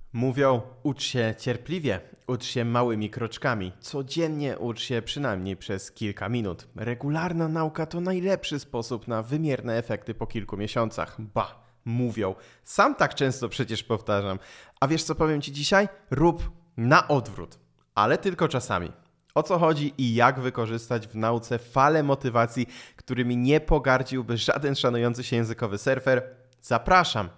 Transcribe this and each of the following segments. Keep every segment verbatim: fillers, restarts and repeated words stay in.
Mówią, ucz się cierpliwie, ucz się małymi kroczkami. Codziennie ucz się przynajmniej przez kilka minut. Regularna nauka to najlepszy sposób na wymierne efekty po kilku miesiącach. Ba, mówią. Sam tak często przecież powtarzam. A wiesz co powiem Ci dzisiaj? Rób na odwrót, ale tylko czasami. O co chodzi i jak wykorzystać w nauce fale motywacji, którymi nie pogardziłby żaden szanujący się językowy surfer? Zapraszam!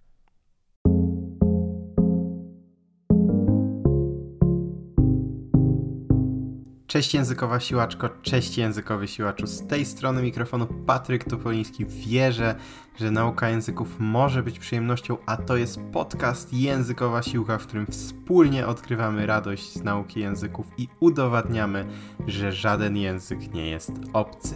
Cześć językowa siłaczko, cześć językowy siłaczu. Z tej strony mikrofonu Patryk Topoliński. Wierzę, że nauka języków może być przyjemnością, a to jest podcast Językowa Siłka, w którym wspólnie odkrywamy radość z nauki języków i udowadniamy, że żaden język nie jest obcy.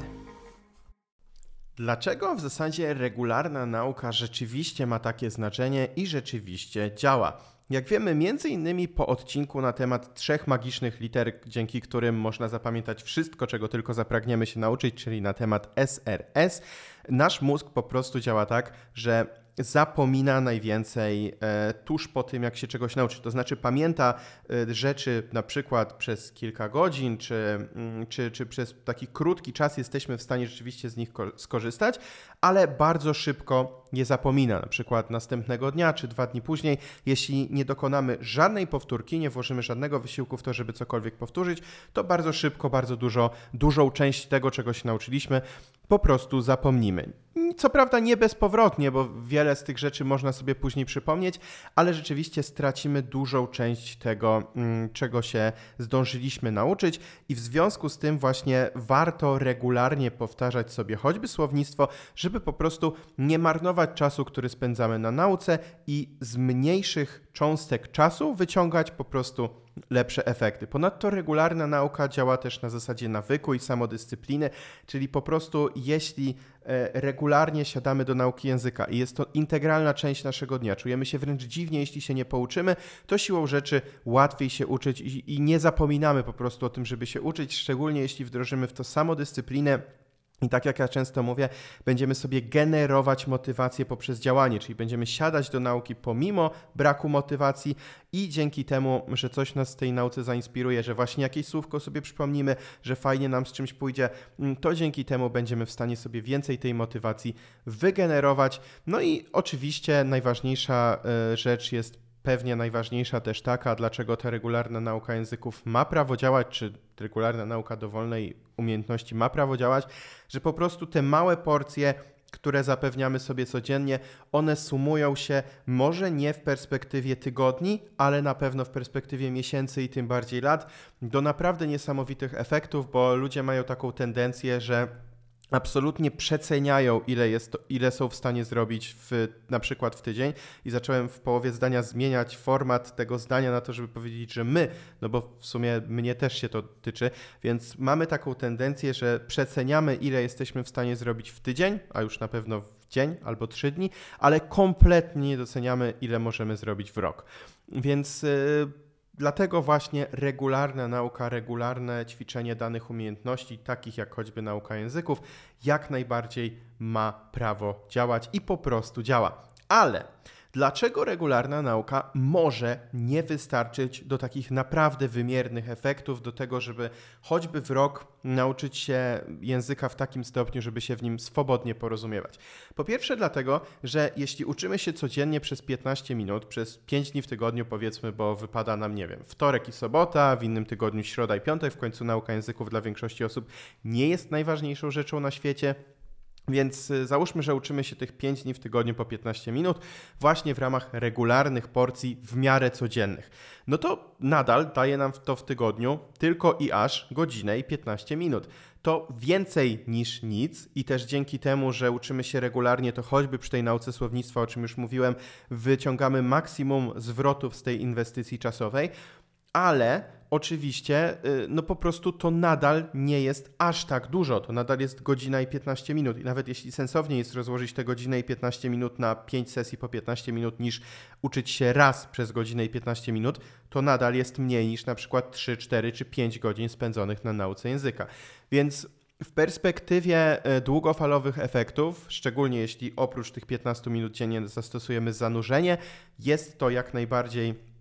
Dlaczego w zasadzie regularna nauka rzeczywiście ma takie znaczenie i rzeczywiście działa? Jak wiemy, między innymi po odcinku na temat trzech magicznych liter, dzięki którym można zapamiętać wszystko, czego tylko zapragniemy się nauczyć, czyli na temat S R S, nasz mózg po prostu działa tak, że zapomina najwięcej e, tuż po tym, jak się czegoś nauczy. To znaczy pamięta e, rzeczy na przykład przez kilka godzin, czy, mm, czy, czy przez taki krótki czas jesteśmy w stanie rzeczywiście z nich ko- skorzystać, ale bardzo szybko je zapomina. Na przykład następnego dnia, czy dwa dni później, jeśli nie dokonamy żadnej powtórki, nie włożymy żadnego wysiłku w to, żeby cokolwiek powtórzyć, to bardzo szybko, bardzo dużo, dużą część tego, czego się nauczyliśmy, po prostu zapomnimy. Co prawda nie bezpowrotnie, bo wiele z tych rzeczy można sobie później przypomnieć, ale rzeczywiście stracimy dużą część tego, czego się zdążyliśmy nauczyć i w związku z tym właśnie warto regularnie powtarzać sobie choćby słownictwo, żeby po prostu nie marnować czasu, który spędzamy na nauce i z mniejszych cząstek czasu wyciągać po prostu lepsze efekty. Ponadto regularna nauka działa też na zasadzie nawyku i samodyscypliny, czyli po prostu jeśli regularnie siadamy do nauki języka i jest to integralna część naszego dnia, czujemy się wręcz dziwnie, jeśli się nie pouczymy, to siłą rzeczy łatwiej się uczyć i, i nie zapominamy po prostu o tym, żeby się uczyć, szczególnie jeśli wdrożymy w to samodyscyplinę. I tak jak ja często mówię, będziemy sobie generować motywację poprzez działanie, czyli będziemy siadać do nauki pomimo braku motywacji i dzięki temu, że coś nas w tej nauce zainspiruje, że właśnie jakieś słówko sobie przypomnimy, że fajnie nam z czymś pójdzie, to dzięki temu będziemy w stanie sobie więcej tej motywacji wygenerować. No i oczywiście najważniejsza rzecz jest pewnie najważniejsza też taka, dlaczego ta regularna nauka języków ma prawo działać, czy regularna nauka dowolnej umiejętności ma prawo działać, że po prostu te małe porcje, które zapewniamy sobie codziennie, one sumują się może nie w perspektywie tygodni, ale na pewno w perspektywie miesięcy i tym bardziej lat, do naprawdę niesamowitych efektów, bo ludzie mają taką tendencję, że absolutnie przeceniają, ile, jest to, ile są w stanie zrobić w, na przykład w tydzień i zacząłem w połowie zdania zmieniać format tego zdania na to, żeby powiedzieć, że my, no bo w sumie mnie też się to tyczy, więc mamy taką tendencję, że przeceniamy, ile jesteśmy w stanie zrobić w tydzień, a już na pewno w dzień albo trzy dni, ale kompletnie nie doceniamy, ile możemy zrobić w rok. Więc Yy, Dlatego właśnie regularna nauka, regularne ćwiczenie danych umiejętności, takich jak choćby nauka języków, jak najbardziej ma prawo działać i po prostu działa. Ale dlaczego regularna nauka może nie wystarczyć do takich naprawdę wymiernych efektów, do tego, żeby choćby w rok nauczyć się języka w takim stopniu, żeby się w nim swobodnie porozumiewać? Po pierwsze dlatego, że jeśli uczymy się codziennie przez piętnaście minut, przez pięć dni w tygodniu powiedzmy, bo wypada nam, nie wiem, wtorek i sobota, w innym tygodniu środa i piątek, w końcu nauka języków dla większości osób nie jest najważniejszą rzeczą na świecie. Więc załóżmy, że uczymy się tych pięć dni w tygodniu po piętnaście minut właśnie w ramach regularnych porcji w miarę codziennych. No to nadal daje nam to w tygodniu tylko i aż godzinę i piętnaście minut. To więcej niż nic i też dzięki temu, że uczymy się regularnie, to choćby przy tej nauce słownictwa, o czym już mówiłem, wyciągamy maksimum zwrotów z tej inwestycji czasowej, ale oczywiście no po prostu to nadal nie jest aż tak dużo, to nadal jest godzina i piętnaście minut i nawet jeśli sensowniej jest rozłożyć tę godzinę i piętnaście minut na pięć sesji po piętnaście minut niż uczyć się raz przez godzinę i piętnaście minut, to nadal jest mniej niż na przykład trzy, cztery czy pięć godzin spędzonych na nauce języka. Więc w perspektywie długofalowych efektów, szczególnie jeśli oprócz tych piętnastu minut dziennie zastosujemy zanurzenie, jest to jak najbardziej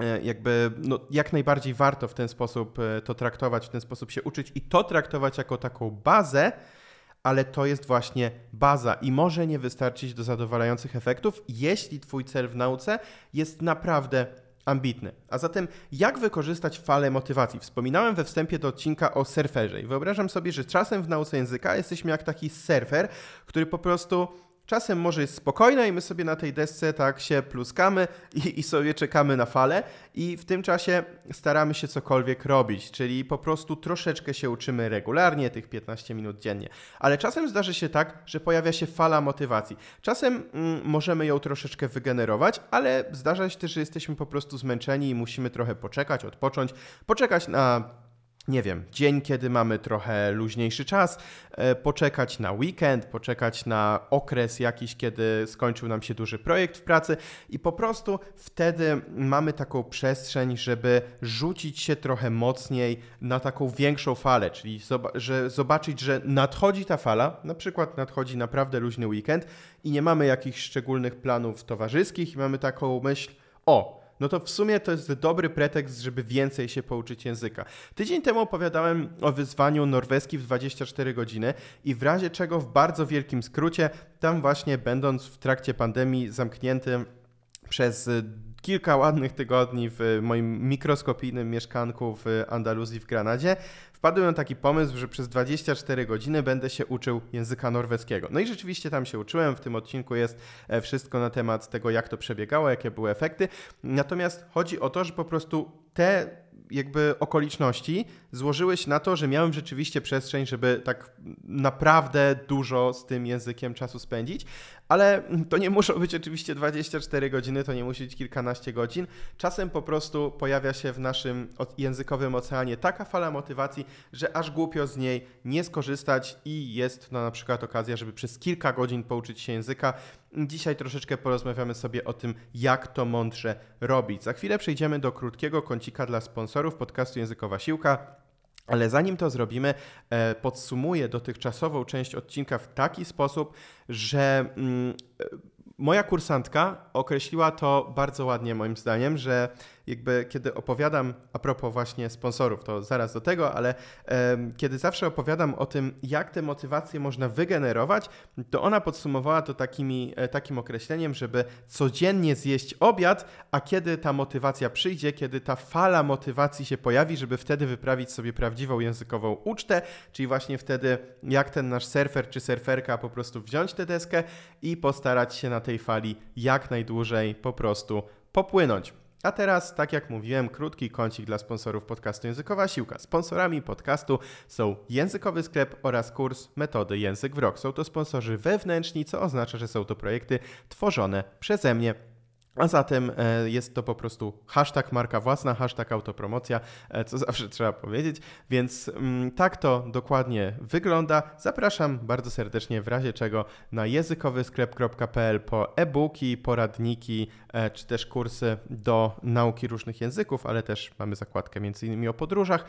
jakby no, jak najbardziej warto w ten sposób to traktować, w ten sposób się uczyć i to traktować jako taką bazę, ale to jest właśnie baza i może nie wystarczyć do zadowalających efektów, jeśli twój cel w nauce jest naprawdę ambitny. A zatem jak wykorzystać falę motywacji? Wspominałem we wstępie do odcinka o surferze i wyobrażam sobie, że czasem w nauce języka jesteśmy jak taki surfer, który po prostu czasem może jest spokojny i my sobie na tej desce tak się pluskamy i, i sobie czekamy na falę i w tym czasie staramy się cokolwiek robić, czyli po prostu troszeczkę się uczymy regularnie, tych piętnaście minut dziennie. Ale czasem zdarzy się tak, że pojawia się fala motywacji. Czasem mm, możemy ją troszeczkę wygenerować, ale zdarza się też, że jesteśmy po prostu zmęczeni i musimy trochę poczekać, odpocząć, poczekać na nie wiem, dzień, kiedy mamy trochę luźniejszy czas, poczekać na weekend, poczekać na okres jakiś, kiedy skończył nam się duży projekt w pracy i po prostu wtedy mamy taką przestrzeń, żeby rzucić się trochę mocniej na taką większą falę, czyli że zobaczyć, że nadchodzi ta fala, na przykład nadchodzi naprawdę luźny weekend i nie mamy jakichś szczególnych planów towarzyskich i mamy taką myśl, o, no to w sumie to jest dobry pretekst, żeby więcej się pouczyć języka. Tydzień temu opowiadałem o wyzwaniu norweski w dwadzieścia cztery godziny i w razie czego w bardzo wielkim skrócie, tam właśnie będąc w trakcie pandemii zamkniętym przez kilka ładnych tygodni w moim mikroskopijnym mieszkanku w Andaluzji w Granadzie, wpadłem na taki pomysł, że przez dwadzieścia cztery godziny będę się uczył języka norweskiego. No i rzeczywiście tam się uczyłem, w tym odcinku jest wszystko na temat tego, jak to przebiegało, jakie były efekty. Natomiast chodzi o to, że po prostu te jakby okoliczności złożyły się na to, że miałem rzeczywiście przestrzeń, żeby tak naprawdę dużo z tym językiem czasu spędzić, ale to nie muszą być oczywiście dwadzieścia cztery godziny, to nie musi być kilkanaście godzin. Czasem po prostu pojawia się w naszym językowym oceanie taka fala motywacji, że aż głupio z niej nie skorzystać i jest to na przykład okazja, żeby przez kilka godzin pouczyć się języka. Dzisiaj troszeczkę porozmawiamy sobie o tym, jak to mądrze robić. Za chwilę przejdziemy do krótkiego kącika dla sponsorów podcastu Językowa Siłka. Ale zanim to zrobimy, podsumuję dotychczasową część odcinka w taki sposób, że mm, moja kursantka określiła to bardzo ładnie moim zdaniem, że jakby kiedy opowiadam, a propos właśnie sponsorów, to zaraz do tego, ale e, kiedy zawsze opowiadam o tym, jak te motywacje można wygenerować, to ona podsumowała to takimi, e, takim określeniem, żeby codziennie zjeść obiad, a kiedy ta motywacja przyjdzie, kiedy ta fala motywacji się pojawi, żeby wtedy wyprawić sobie prawdziwą językową ucztę, czyli właśnie wtedy jak ten nasz surfer czy surferka po prostu wziąć tę deskę i postarać się na tej fali jak najdłużej po prostu popłynąć. A teraz, tak jak mówiłem, krótki kącik dla sponsorów podcastu Językowa Siłka. Sponsorami podcastu są Językowy Sklep oraz kurs Metody Język w Rok. Są to sponsorzy wewnętrzni, co oznacza, że są to projekty tworzone przeze mnie. A zatem jest to po prostu hashtag marka własna, hashtag autopromocja, co zawsze trzeba powiedzieć, więc tak to dokładnie wygląda. Zapraszam bardzo serdecznie w razie czego na językowy sklep kropka p l po e-booki, poradniki czy też kursy do nauki różnych języków, ale też mamy zakładkę między innymi o podróżach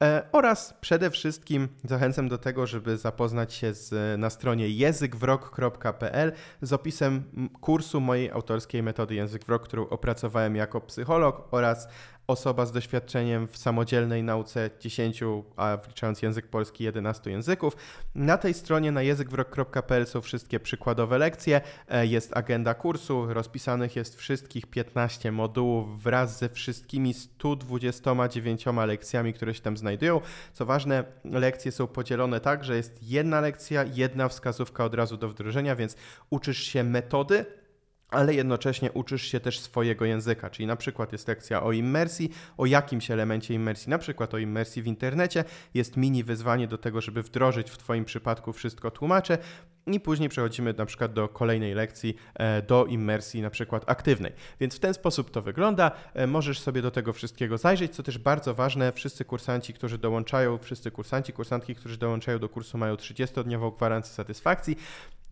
oraz przede wszystkim zachęcam do tego, żeby zapoznać się z, na stronie język w rok kropka p l z opisem kursu mojej autorskiej metody język w rok, którą opracowałem jako psycholog oraz osoba z doświadczeniem w samodzielnej nauce dziesięciu, a wliczając język polski jedenastu języków. Na tej stronie na język w rok kropka p l są wszystkie przykładowe lekcje, jest agenda kursu, rozpisanych jest wszystkich piętnaście modułów wraz ze wszystkimi stu dwudziestoma dziewięcioma lekcjami, które się tam znajdują. Co ważne, lekcje są podzielone tak, że jest jedna lekcja, jedna wskazówka od razu do wdrożenia, więc uczysz się metody, ale jednocześnie uczysz się też swojego języka, czyli na przykład jest lekcja o immersji, o jakimś elemencie immersji, na przykład o immersji w internecie, jest mini wyzwanie do tego, żeby wdrożyć w Twoim przypadku wszystko tłumaczę i później przechodzimy na przykład do kolejnej lekcji, do immersji na przykład aktywnej. Więc w ten sposób to wygląda, możesz sobie do tego wszystkiego zajrzeć, co też bardzo ważne, wszyscy kursanci, którzy dołączają, wszyscy kursanci, kursantki, którzy dołączają do kursu mają trzydziestodniową gwarancję satysfakcji.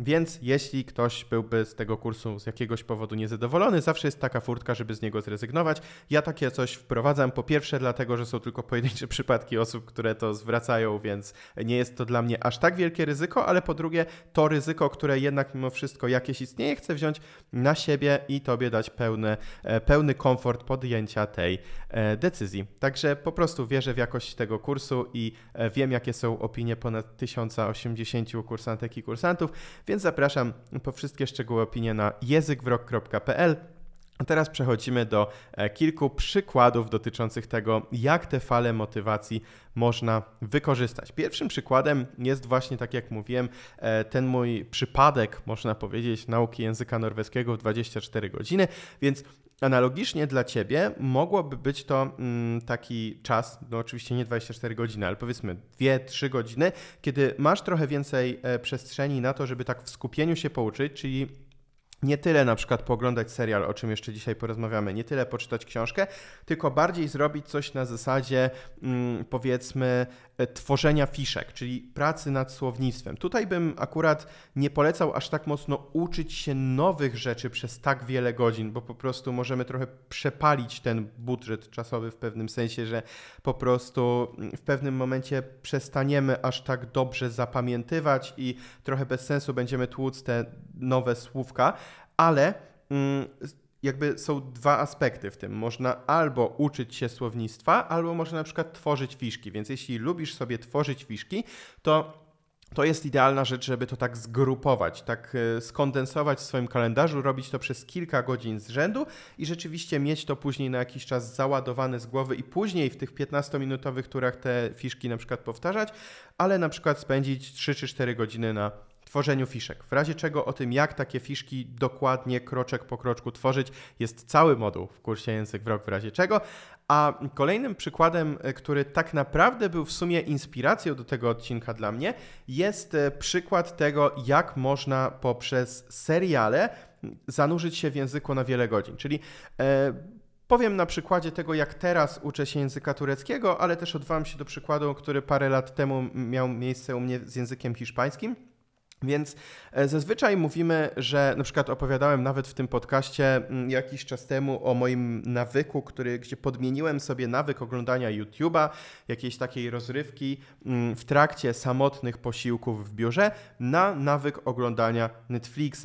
Więc jeśli ktoś byłby z tego kursu z jakiegoś powodu niezadowolony, zawsze jest taka furtka, żeby z niego zrezygnować. Ja takie coś wprowadzam, po pierwsze dlatego, że są tylko pojedyncze przypadki osób, które to zwracają, więc nie jest to dla mnie aż tak wielkie ryzyko, ale po drugie to ryzyko, które jednak mimo wszystko jakieś istnieje, chcę wziąć na siebie i tobie dać pełny, pełny komfort podjęcia tej decyzji. Także po prostu wierzę w jakość tego kursu i wiem, jakie są opinie ponad tysiąc osiemdziesiąt kursantek i kursantów, więc zapraszam po wszystkie szczegóły opinie na językwrok kropka p l. A teraz przechodzimy do kilku przykładów dotyczących tego, jak te fale motywacji można wykorzystać. Pierwszym przykładem jest właśnie, tak jak mówiłem, ten mój przypadek, można powiedzieć, nauki języka norweskiego w dwadzieścia cztery godziny, więc analogicznie dla Ciebie mogłoby być to mm, taki czas, no oczywiście nie dwadzieścia cztery godziny, ale powiedzmy dwie trzy godziny, kiedy masz trochę więcej e, przestrzeni na to, żeby tak w skupieniu się pouczyć, czyli nie tyle na przykład pooglądać serial, o czym jeszcze dzisiaj porozmawiamy, nie tyle poczytać książkę, tylko bardziej zrobić coś na zasadzie mm, powiedzmy tworzenia fiszek, czyli pracy nad słownictwem. Tutaj bym akurat nie polecał aż tak mocno uczyć się nowych rzeczy przez tak wiele godzin, bo po prostu możemy trochę przepalić ten budżet czasowy w pewnym sensie, że po prostu w pewnym momencie przestaniemy aż tak dobrze zapamiętywać i trochę bez sensu będziemy tłuc te nowe słówka, ale mm, jakby są dwa aspekty w tym. Można albo uczyć się słownictwa, albo można na przykład tworzyć fiszki, więc jeśli lubisz sobie tworzyć fiszki, to to jest idealna rzecz, żeby to tak zgrupować, tak skondensować w swoim kalendarzu, robić to przez kilka godzin z rzędu i rzeczywiście mieć to później na jakiś czas załadowane z głowy i później w tych piętnastominutowych turach te fiszki na przykład powtarzać, ale na przykład spędzić trzy czy cztery godziny na tworzeniu fiszek. W razie czego o tym, jak takie fiszki dokładnie kroczek po kroczku tworzyć, jest cały moduł w kursie Język w Rok w razie czego. A kolejnym przykładem, który tak naprawdę był w sumie inspiracją do tego odcinka dla mnie, jest przykład tego, jak można poprzez seriale zanurzyć się w języku na wiele godzin. Czyli e, powiem na przykładzie tego, jak teraz uczę się języka tureckiego, ale też odwołam się do przykładu, który parę lat temu miał miejsce u mnie z językiem hiszpańskim. Więc zazwyczaj mówimy, że na przykład opowiadałem nawet w tym podcaście jakiś czas temu o moim nawyku, który, gdzie podmieniłem sobie nawyk oglądania YouTube'a, jakiejś takiej rozrywki w trakcie samotnych posiłków w biurze na nawyk oglądania Netflixa.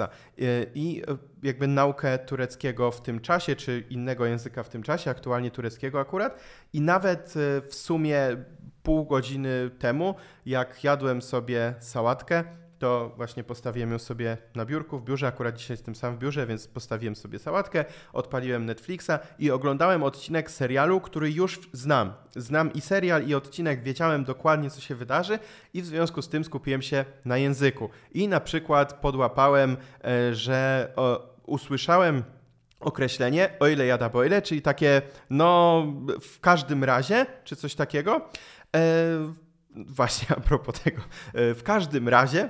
I jakby naukę tureckiego w tym czasie, czy innego języka w tym czasie, aktualnie tureckiego akurat. I nawet w sumie pół godziny temu, jak jadłem sobie sałatkę, to właśnie postawiłem ją sobie na biurku, w biurze, akurat dzisiaj jestem sam w biurze, więc postawiłem sobie sałatkę, odpaliłem Netflixa i oglądałem odcinek serialu, który już znam. Znam i serial, i odcinek, wiedziałem dokładnie, co się wydarzy i w związku z tym skupiłem się na języku. I na przykład podłapałem, że usłyszałem określenie o ile jada, bo ile, czyli takie no w każdym razie, czy coś takiego. Właśnie a propos tego, w każdym razie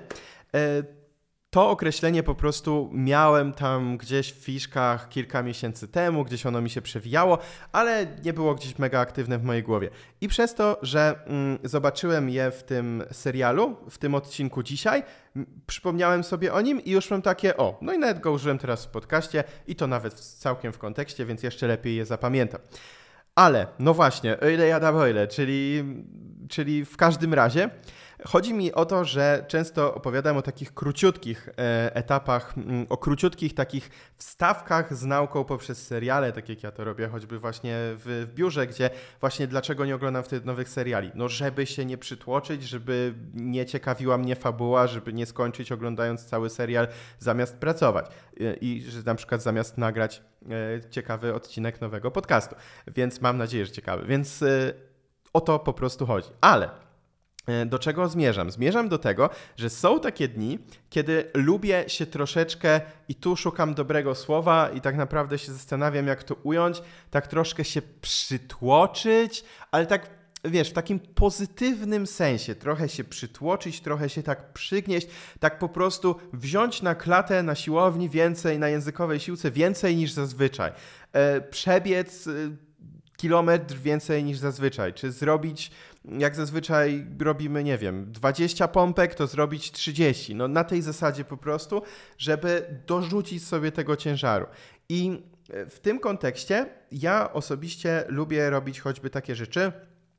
to określenie po prostu miałem tam gdzieś w fiszkach kilka miesięcy temu, gdzieś ono mi się przewijało, ale nie było gdzieś mega aktywne w mojej głowie. I przez to, że mm, zobaczyłem je w tym serialu, w tym odcinku dzisiaj, m, przypomniałem sobie o nim i już mam takie, o, no i nawet go użyłem teraz w podcaście i to nawet całkiem w kontekście, więc jeszcze lepiej je zapamiętam. Ale, no właśnie, o ile jada, o ile, czyli, czyli w każdym razie chodzi mi o to, że często opowiadam o takich króciutkich e, etapach, m, o króciutkich takich wstawkach z nauką poprzez seriale, tak jak ja to robię choćby właśnie w, w biurze, gdzie właśnie dlaczego nie oglądam wtedy nowych seriali? No żeby się nie przytłoczyć, żeby nie ciekawiła mnie fabuła, żeby nie skończyć oglądając cały serial zamiast pracować e, i że na przykład zamiast nagrać e, ciekawy odcinek nowego podcastu. Więc mam nadzieję, że ciekawy. Więc e, o to po prostu chodzi. Ale do czego zmierzam? Zmierzam do tego, że są takie dni, kiedy lubię się troszeczkę i tu szukam dobrego słowa i tak naprawdę się zastanawiam, jak to ująć, tak troszkę się przytłoczyć, ale tak, wiesz, w takim pozytywnym sensie, trochę się przytłoczyć, trochę się tak przygnieść, tak po prostu wziąć na klatę, na siłowni więcej, na językowej siłce więcej niż zazwyczaj. E, przebiec kilometr więcej niż zazwyczaj, czy zrobić, jak zazwyczaj robimy, nie wiem, dwadzieścia pompek, to zrobić trzydzieści. No na tej zasadzie po prostu, żeby dorzucić sobie tego ciężaru. I w tym kontekście ja osobiście lubię robić choćby takie rzeczy,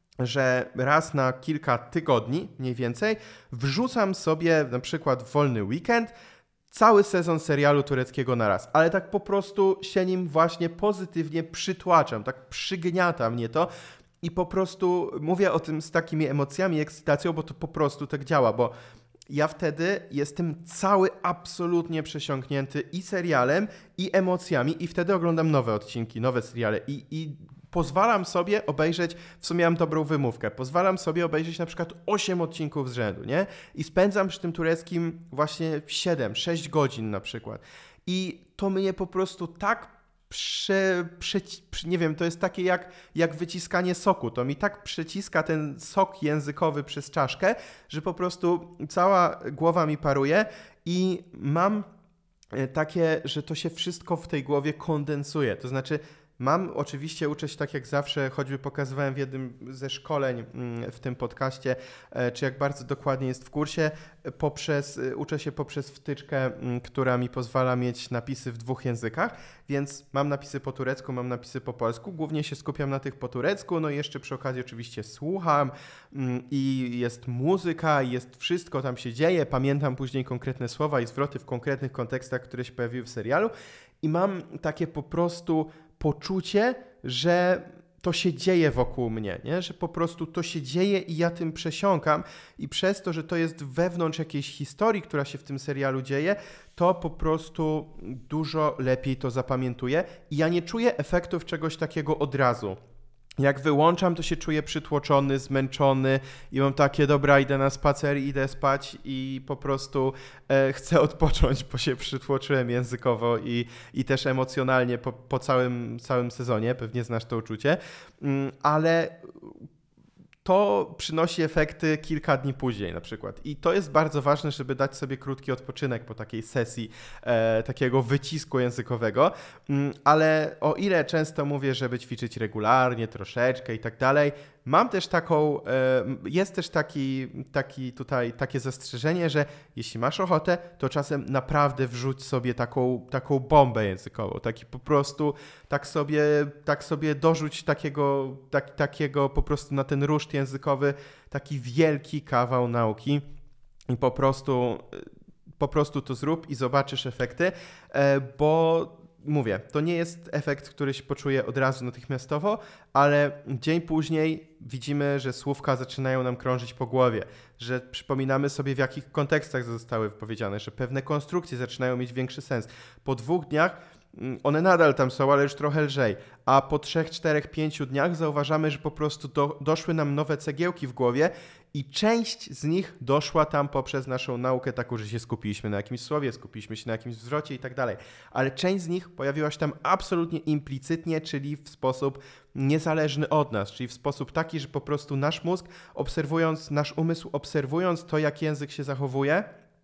że raz na kilka tygodni mniej więcej wrzucam sobie na przykład w wolny weekend cały sezon serialu tureckiego naraz, ale tak po prostu się nim właśnie pozytywnie przytłaczam, tak przygniata mnie to i po prostu mówię o tym z takimi emocjami, ekscytacją, bo to po prostu tak działa, bo ja wtedy jestem cały absolutnie przesiąknięty i serialem, i emocjami i wtedy oglądam nowe odcinki, nowe seriale i, i pozwalam sobie obejrzeć, w sumie mam dobrą wymówkę, pozwalam sobie obejrzeć na przykład osiem odcinków z rzędu, nie? I spędzam przy tym tureckim właśnie siedem, sześć godzin na przykład. I to mnie po prostu tak prze, prze, nie wiem, to jest takie jak, jak wyciskanie soku. To mi tak przeciska ten sok językowy przez czaszkę, że po prostu cała głowa mi paruje i mam takie, że to się wszystko w tej głowie kondensuje. To znaczy mam, oczywiście uczę się tak jak zawsze, choćby pokazywałem w jednym ze szkoleń w tym podcaście, czy jak bardzo dokładnie jest w kursie, poprzez, uczę się poprzez wtyczkę, która mi pozwala mieć napisy w dwóch językach, więc mam napisy po turecku, mam napisy po polsku, głównie się skupiam na tych po turecku, no i jeszcze przy okazji oczywiście słucham i jest muzyka, jest wszystko, tam się dzieje, pamiętam później konkretne słowa i zwroty w konkretnych kontekstach, które się pojawiły w serialu i mam takie po prostu poczucie, że to się dzieje wokół mnie, nie? Że po prostu to się dzieje i ja tym przesiąkam i przez to, że to jest wewnątrz jakiejś historii, która się w tym serialu dzieje, to po prostu dużo lepiej to zapamiętuję i ja nie czuję efektów czegoś takiego od razu. Jak wyłączam, to się czuję przytłoczony, zmęczony i mam takie, dobra, idę na spacer, idę spać i po prostu e, chcę odpocząć, bo się przytłoczyłem językowo i, i też emocjonalnie po, po całym, całym sezonie, pewnie znasz to uczucie, mm, ale to przynosi efekty kilka dni później na przykład. I to jest bardzo ważne, żeby dać sobie krótki odpoczynek po takiej sesji e, takiego wycisku językowego, mm, ale o ile często mówię, żeby ćwiczyć regularnie, troszeczkę i tak dalej, mam też taką, e, jest też taki, taki tutaj takie zastrzeżenie, że jeśli masz ochotę, to czasem naprawdę wrzuć sobie taką, taką bombę językową, taki po prostu, tak sobie, tak sobie dorzuć takiego, tak, takiego po prostu na ten ruszt językowy, taki wielki kawał nauki i po prostu, po prostu to zrób i zobaczysz efekty, e, bo mówię, to nie jest efekt, który się poczuje od razu natychmiastowo, ale dzień później widzimy, że słówka zaczynają nam krążyć po głowie, że przypominamy sobie, w jakich kontekstach zostały wypowiedziane, że pewne konstrukcje zaczynają mieć większy sens. Po dwóch dniach one nadal tam są, ale już trochę lżej, a po trzech, czterech, pięciu dniach zauważamy, że po prostu do, doszły nam nowe cegiełki w głowie i część z nich doszła tam poprzez naszą naukę taką, że się skupiliśmy na jakimś słowie, skupiliśmy się na jakimś zwrocie i tak dalej, ale część z nich pojawiła się tam absolutnie implicytnie, czyli w sposób niezależny od nas, czyli w sposób taki, że po prostu nasz mózg, obserwując, nasz umysł, obserwując to, jak język się zachowuje,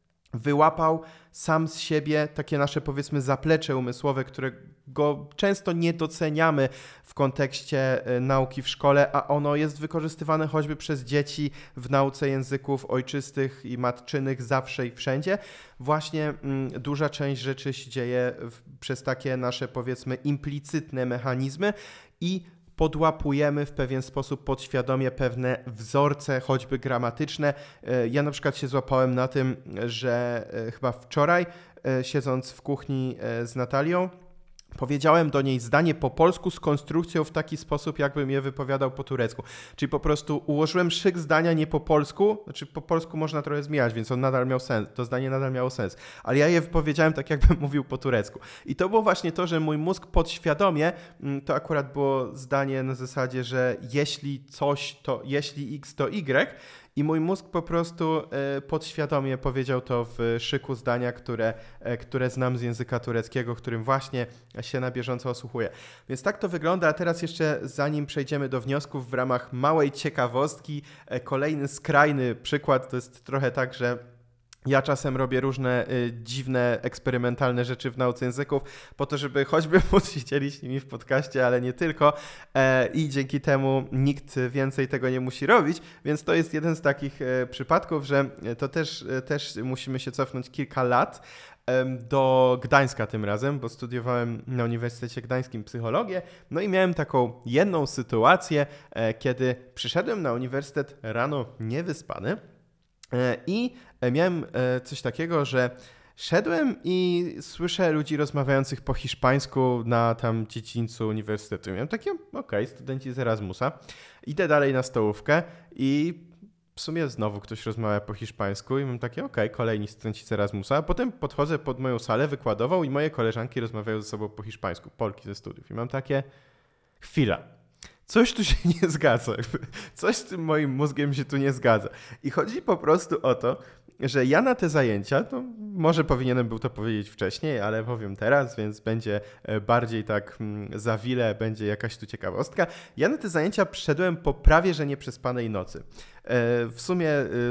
wyłapał sam z siebie takie nasze, powiedzmy, zaplecze umysłowe, którego często nie doceniamy w kontekście nauki w szkole, a ono jest wykorzystywane choćby przez dzieci w nauce języków ojczystych i matczynych zawsze i wszędzie. Właśnie mm, duża część rzeczy się dzieje w, przez takie nasze, powiedzmy, implicytne mechanizmy i podłapujemy w pewien sposób podświadomie pewne wzorce, choćby gramatyczne. Ja na przykład się złapałem na tym, że chyba wczoraj, siedząc w kuchni z Natalią, powiedziałem do niej zdanie po polsku z konstrukcją w taki sposób, jakbym je wypowiadał po turecku. Czyli po prostu ułożyłem szyk zdania nie po polsku, znaczy po polsku można trochę zmieniać, więc on nadal miał sens, to zdanie nadal miało sens, ale ja je wypowiedziałem tak, jakbym mówił po turecku. I to było właśnie to, że mój mózg podświadomie, to akurat było zdanie na zasadzie, że jeśli coś, to jeśli X, to Y, i mój mózg po prostu e, podświadomie powiedział to w szyku zdania, które, e, które znam z języka tureckiego, którym właśnie się na bieżąco osłuchuję. Więc tak to wygląda, a teraz jeszcze zanim przejdziemy do wniosków w ramach małej ciekawostki, e, kolejny skrajny przykład to jest trochę tak, że Ja czasem robię różne y, dziwne, eksperymentalne rzeczy w nauce języków po to, żeby choćby móc się dzielić nimi w podcaście, ale nie tylko. E, I dzięki temu nikt więcej tego nie musi robić, więc to jest jeden z takich e, przypadków, że to też, e, też musimy się cofnąć kilka lat e, do Gdańska tym razem, bo studiowałem na Uniwersytecie Gdańskim psychologię, no i miałem taką jedną sytuację, e, kiedy przyszedłem na uniwersytet rano niewyspany, i miałem coś takiego, że szedłem i słyszę ludzi rozmawiających po hiszpańsku na tam dziedzińcu uniwersytetu. Miałem takie, okej, okay, studenci z Erasmusa. Idę dalej na stołówkę i w sumie znowu ktoś rozmawia po hiszpańsku i mam takie, okej, okay, kolejni studenci z Erasmusa. A potem podchodzę pod moją salę wykładową i moje koleżanki rozmawiają ze sobą po hiszpańsku, Polki ze studiów. I mam takie, chwila. Coś tu się nie zgadza, coś z tym moim mózgiem się tu nie zgadza. I chodzi po prostu o to, że ja na te zajęcia, to może powinienem był to powiedzieć wcześniej, ale powiem teraz, więc będzie bardziej tak za wile, będzie jakaś tu ciekawostka. Ja na te zajęcia przyszedłem po prawie że nieprzespanej nocy. W sumie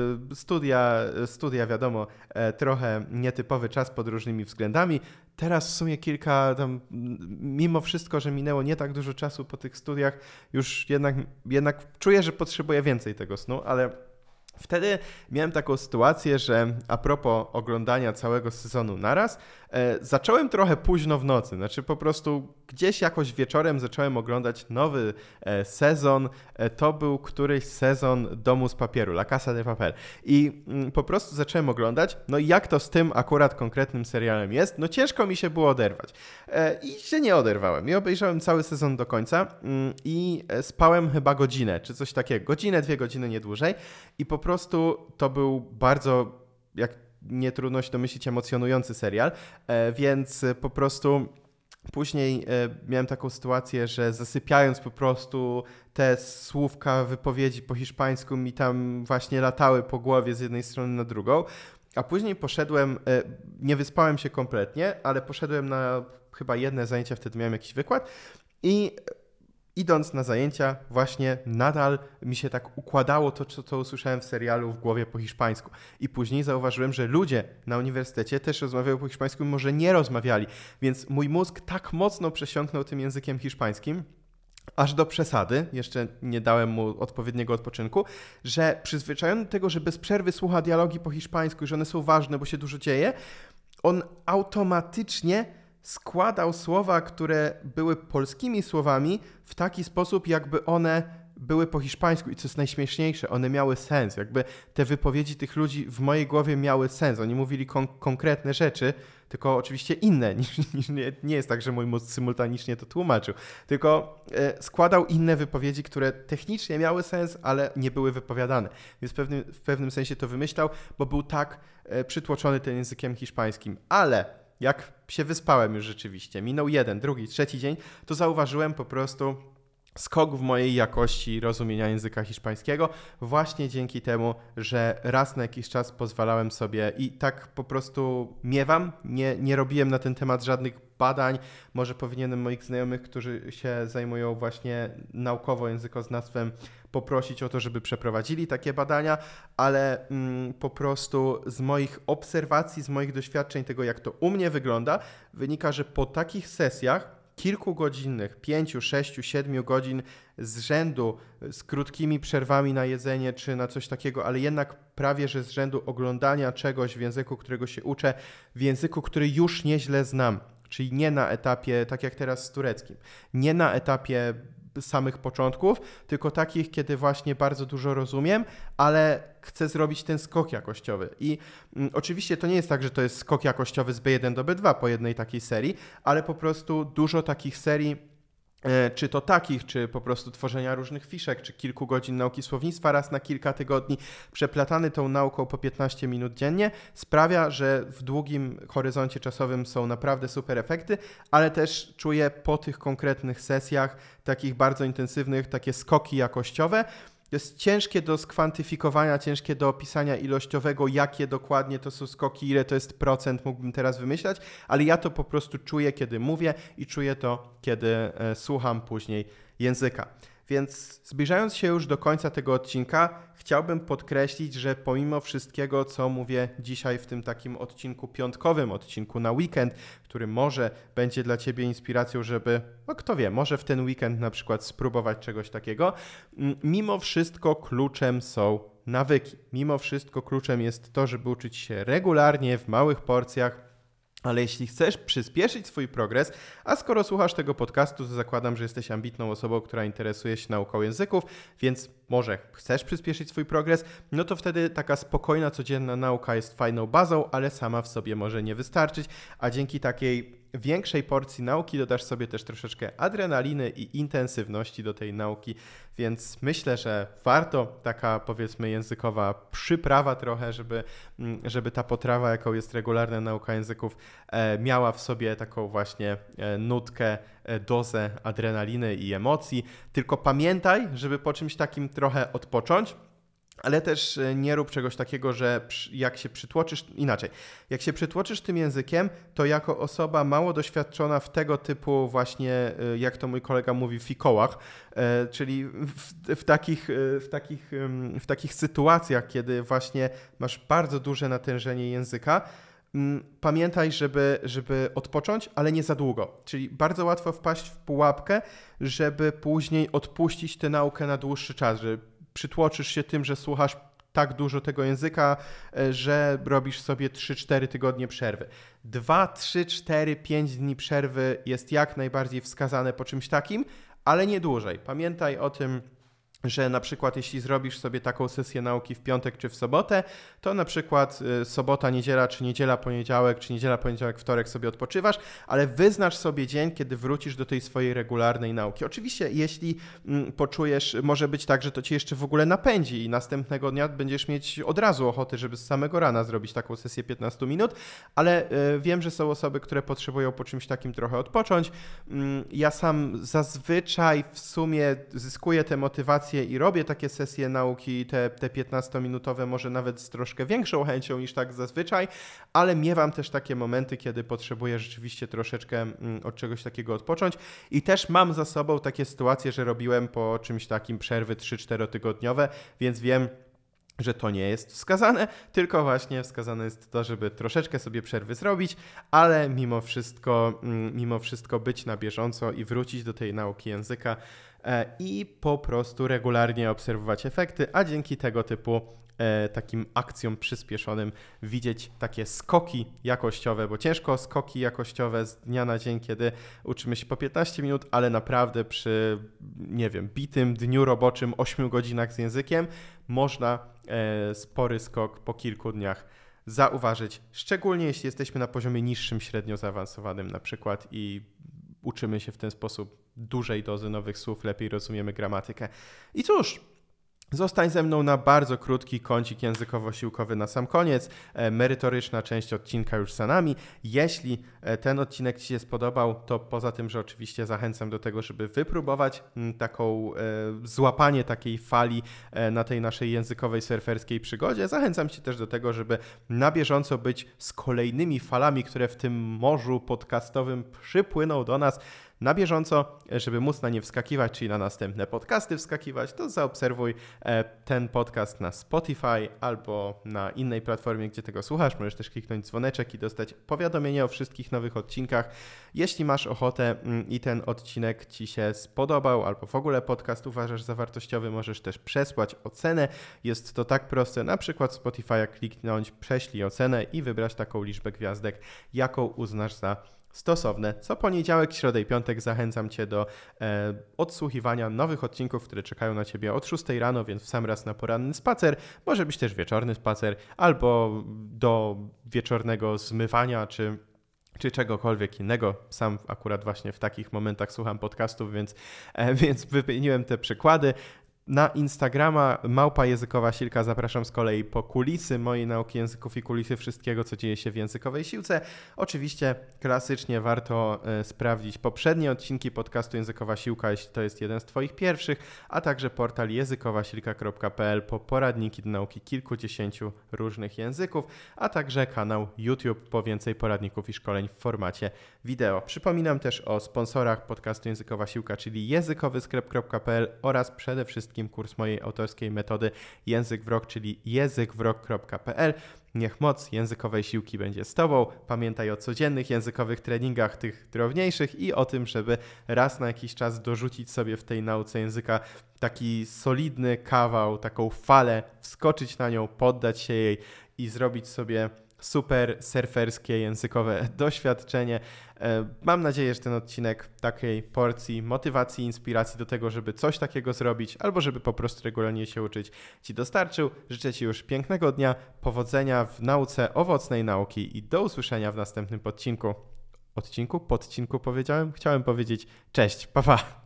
studia, studia wiadomo, trochę nietypowy czas pod różnymi względami. Teraz w sumie kilka, tam, mimo wszystko, że minęło nie tak dużo czasu po tych studiach, już jednak, jednak czuję, że potrzebuję więcej tego snu, ale wtedy miałem taką sytuację, że a propos oglądania całego sezonu naraz, e, zacząłem trochę późno w nocy, znaczy po prostu gdzieś jakoś wieczorem zacząłem oglądać nowy e, sezon, e, to był któryś sezon Domu z papieru, La Casa de Papel i mm, po prostu zacząłem oglądać, no i jak to z tym akurat konkretnym serialem jest, no ciężko mi się było oderwać e, i się nie oderwałem i obejrzałem cały sezon do końca mm, i spałem chyba godzinę, czy coś takiego, godzinę, dwie godziny, nie dłużej i po prostu Po prostu to był bardzo, jak nie trudno się domyślić, emocjonujący serial, więc po prostu później miałem taką sytuację, że zasypiając po prostu te słówka wypowiedzi po hiszpańsku mi tam właśnie latały po głowie z jednej strony na drugą, a później poszedłem, nie wyspałem się kompletnie, ale poszedłem na chyba jedne zajęcia, wtedy miałem jakiś wykład i idąc na zajęcia, właśnie nadal mi się tak układało to, co to usłyszałem w serialu w głowie po hiszpańsku. I później zauważyłem, że ludzie na uniwersytecie też rozmawiają po hiszpańsku, mimo że nie rozmawiali. Więc mój mózg tak mocno przesiąknął tym językiem hiszpańskim, aż do przesady, jeszcze nie dałem mu odpowiedniego odpoczynku, że przyzwyczajony do tego, że bez przerwy słucha dialogi po hiszpańsku i że one są ważne, bo się dużo dzieje, on automatycznie składał słowa, które były polskimi słowami w taki sposób, jakby one były po hiszpańsku i co jest najśmieszniejsze, one miały sens, jakby te wypowiedzi tych ludzi w mojej głowie miały sens, oni mówili kon- konkretne rzeczy, tylko oczywiście inne, niż, niż nie, nie jest tak, że mój mózg symultanicznie to tłumaczył, tylko e, składał inne wypowiedzi, które technicznie miały sens, ale nie były wypowiadane, więc w pewnym, w pewnym sensie to wymyślał, bo był tak e, przytłoczony tym językiem hiszpańskim, ale jak się wyspałem już rzeczywiście, minął jeden, drugi, trzeci dzień, to zauważyłem po prostu skok w mojej jakości rozumienia języka hiszpańskiego właśnie dzięki temu, że raz na jakiś czas pozwalałem sobie i tak po prostu miewam, nie, nie robiłem na ten temat żadnych badań, może powinienem moich znajomych, którzy się zajmują właśnie naukowo językoznawstwem, poprosić o to, żeby przeprowadzili takie badania, ale mm, po prostu z moich obserwacji, z moich doświadczeń tego, jak to u mnie wygląda, wynika, że po takich sesjach kilkugodzinnych, pięciu, sześciu, siedmiu godzin z rzędu, z krótkimi przerwami na jedzenie czy na coś takiego, ale jednak prawie że z rzędu oglądania czegoś w języku, którego się uczę, w języku, który już nieźle znam, czyli nie na etapie, tak jak teraz z tureckim, nie na etapie samych początków, tylko takich, kiedy właśnie bardzo dużo rozumiem, ale chcę zrobić ten skok jakościowy. I mm, oczywiście to nie jest tak, że to jest skok jakościowy z B jeden do B dwa po jednej takiej serii, ale po prostu dużo takich serii, e, czy to takich, czy po prostu tworzenia różnych fiszek, czy kilku godzin nauki słownictwa raz na kilka tygodni, przeplatany tą nauką po piętnaście minut dziennie, sprawia, że w długim horyzoncie czasowym są naprawdę super efekty, ale też czuję po tych konkretnych sesjach, takich bardzo intensywnych, takie skoki jakościowe. To jest ciężkie do skwantyfikowania, ciężkie do opisania ilościowego, jakie dokładnie to są skoki, ile to jest procent, mógłbym teraz wymyślać, ale ja to po prostu czuję, kiedy mówię i czuję to, kiedy e, słucham później języka. Więc zbliżając się już do końca tego odcinka, chciałbym podkreślić, że pomimo wszystkiego, co mówię dzisiaj w tym takim odcinku piątkowym, odcinku na weekend, który może będzie dla Ciebie inspiracją, żeby, no kto wie, może w ten weekend na przykład spróbować czegoś takiego, mimo wszystko kluczem są nawyki. Mimo wszystko kluczem jest to, żeby uczyć się regularnie, w małych porcjach. Ale jeśli chcesz przyspieszyć swój progres, a skoro słuchasz tego podcastu, to zakładam, że jesteś ambitną osobą, która interesuje się nauką języków, więc może chcesz przyspieszyć swój progres, no to wtedy taka spokojna, codzienna nauka jest fajną bazą, ale sama w sobie może nie wystarczyć, a dzięki takiej większej porcji nauki dodasz sobie też troszeczkę adrenaliny i intensywności do tej nauki, więc myślę, że warto taka, powiedzmy, językowa przyprawa trochę, żeby, żeby ta potrawa, jaką jest regularna nauka języków, miała w sobie taką właśnie nutkę, dozę adrenaliny i emocji. Tylko pamiętaj, żeby po czymś takim trochę odpocząć, ale też nie rób czegoś takiego, że jak się przytłoczysz, inaczej, jak się przytłoczysz tym językiem, to jako osoba mało doświadczona w tego typu właśnie, jak to mój kolega mówi, fikołach, czyli w, w, takich, w, takich, w takich sytuacjach, kiedy właśnie masz bardzo duże natężenie języka, pamiętaj, żeby, żeby odpocząć, ale nie za długo. Czyli bardzo łatwo wpaść w pułapkę, żeby później odpuścić tę naukę na dłuższy czas, że przytłoczysz się tym, że słuchasz tak dużo tego języka, że robisz sobie trzy cztery tygodnie przerwy. dwa, trzy, cztery, pięć dni przerwy jest jak najbardziej wskazane po czymś takim, ale nie dłużej. Pamiętaj o tym, że na przykład jeśli zrobisz sobie taką sesję nauki w piątek czy w sobotę, to na przykład sobota, niedziela, czy niedziela, poniedziałek, czy niedziela, poniedziałek, wtorek sobie odpoczywasz, ale wyznacz sobie dzień, kiedy wrócisz do tej swojej regularnej nauki. Oczywiście jeśli poczujesz, może być tak, że to cię jeszcze w ogóle napędzi i następnego dnia będziesz mieć od razu ochotę, żeby z samego rana zrobić taką sesję piętnaście minut, ale wiem, że są osoby, które potrzebują po czymś takim trochę odpocząć. Ja sam zazwyczaj w sumie zyskuję tę motywację i robię takie sesje nauki, te, te piętnastominutowe, może nawet z troszkę większą chęcią niż tak zazwyczaj, ale miewam też takie momenty, kiedy potrzebuję rzeczywiście troszeczkę od czegoś takiego odpocząć i też mam za sobą takie sytuacje, że robiłem po czymś takim przerwy trzy cztery tygodniowe, więc wiem, że to nie jest wskazane, tylko właśnie wskazane jest to, żeby troszeczkę sobie przerwy zrobić, ale mimo wszystko, mimo wszystko być na bieżąco i wrócić do tej nauki języka i po prostu regularnie obserwować efekty, a dzięki tego typu takim akcjom przyspieszonym widzieć takie skoki jakościowe, bo ciężko skoki jakościowe z dnia na dzień, kiedy uczymy się po piętnaście minut, ale naprawdę przy, nie wiem, bitym dniu roboczym, ośmiu godzinach z językiem można spory skok po kilku dniach zauważyć, szczególnie jeśli jesteśmy na poziomie niższym, średnio zaawansowanym na przykład i uczymy się w ten sposób dużej dozy nowych słów, lepiej rozumiemy gramatykę. I cóż, zostań ze mną na bardzo krótki kącik językowo-siłkowy na sam koniec. Merytoryczna część odcinka już za nami. Jeśli ten odcinek Ci się spodobał, to poza tym, że oczywiście zachęcam do tego, żeby wypróbować taką, złapanie takiej fali na tej naszej językowej surferskiej przygodzie, zachęcam Cię też do tego, żeby na bieżąco być z kolejnymi falami, które w tym morzu podcastowym przypłyną do nas, na bieżąco, żeby móc na nie wskakiwać, czyli na następne podcasty wskakiwać, to zaobserwuj ten podcast na Spotify albo na innej platformie, gdzie tego słuchasz. Możesz też kliknąć dzwoneczek i dostać powiadomienie o wszystkich nowych odcinkach. Jeśli masz ochotę i ten odcinek Ci się spodobał albo w ogóle podcast uważasz za wartościowy, możesz też przesłać ocenę. Jest to tak proste, na przykład w Spotify'a kliknąć prześlij ocenę i wybrać taką liczbę gwiazdek, jaką uznasz za stosowne. Co poniedziałek, środę i piątek zachęcam Cię do e, odsłuchiwania nowych odcinków, które czekają na Ciebie od szóstej rano, więc w sam raz na poranny spacer, może być też wieczorny spacer, albo do wieczornego zmywania, czy czy czegokolwiek innego. Sam akurat właśnie w takich momentach słucham podcastów, więc, e, więc wymieniłem te przykłady. Na Instagrama Małpa Językowa Silka zapraszam z kolei po kulisy mojej nauki języków i kulisy wszystkiego, co dzieje się w językowej siłce. Oczywiście klasycznie warto e, sprawdzić poprzednie odcinki podcastu Językowa Siłka, jeśli to jest jeden z Twoich pierwszych, a także portal językowasilka kropka p l po poradniki do nauki kilkudziesięciu różnych języków, a także kanał YouTube po więcej poradników i szkoleń w formacie wideo. Przypominam też o sponsorach podcastu Językowa Siłka, czyli językowy sklep kropka p l oraz przede wszystkim kurs mojej autorskiej metody Język w Rok, czyli język w rok kropka p l. Niech moc językowej siłki będzie z Tobą. Pamiętaj o codziennych językowych treningach, tych drobniejszych i o tym, żeby raz na jakiś czas dorzucić sobie w tej nauce języka taki solidny kawał, taką falę, wskoczyć na nią, poddać się jej i zrobić sobie super surferskie językowe doświadczenie. Mam nadzieję, że ten odcinek takiej porcji motywacji, inspiracji do tego, żeby coś takiego zrobić albo żeby po prostu regularnie się uczyć, Ci dostarczył. Życzę Ci już pięknego dnia, powodzenia w nauce owocnej nauki i do usłyszenia w następnym odcinku. Odcinku? Podcinku powiedziałem? Chciałem powiedzieć cześć, pa pa!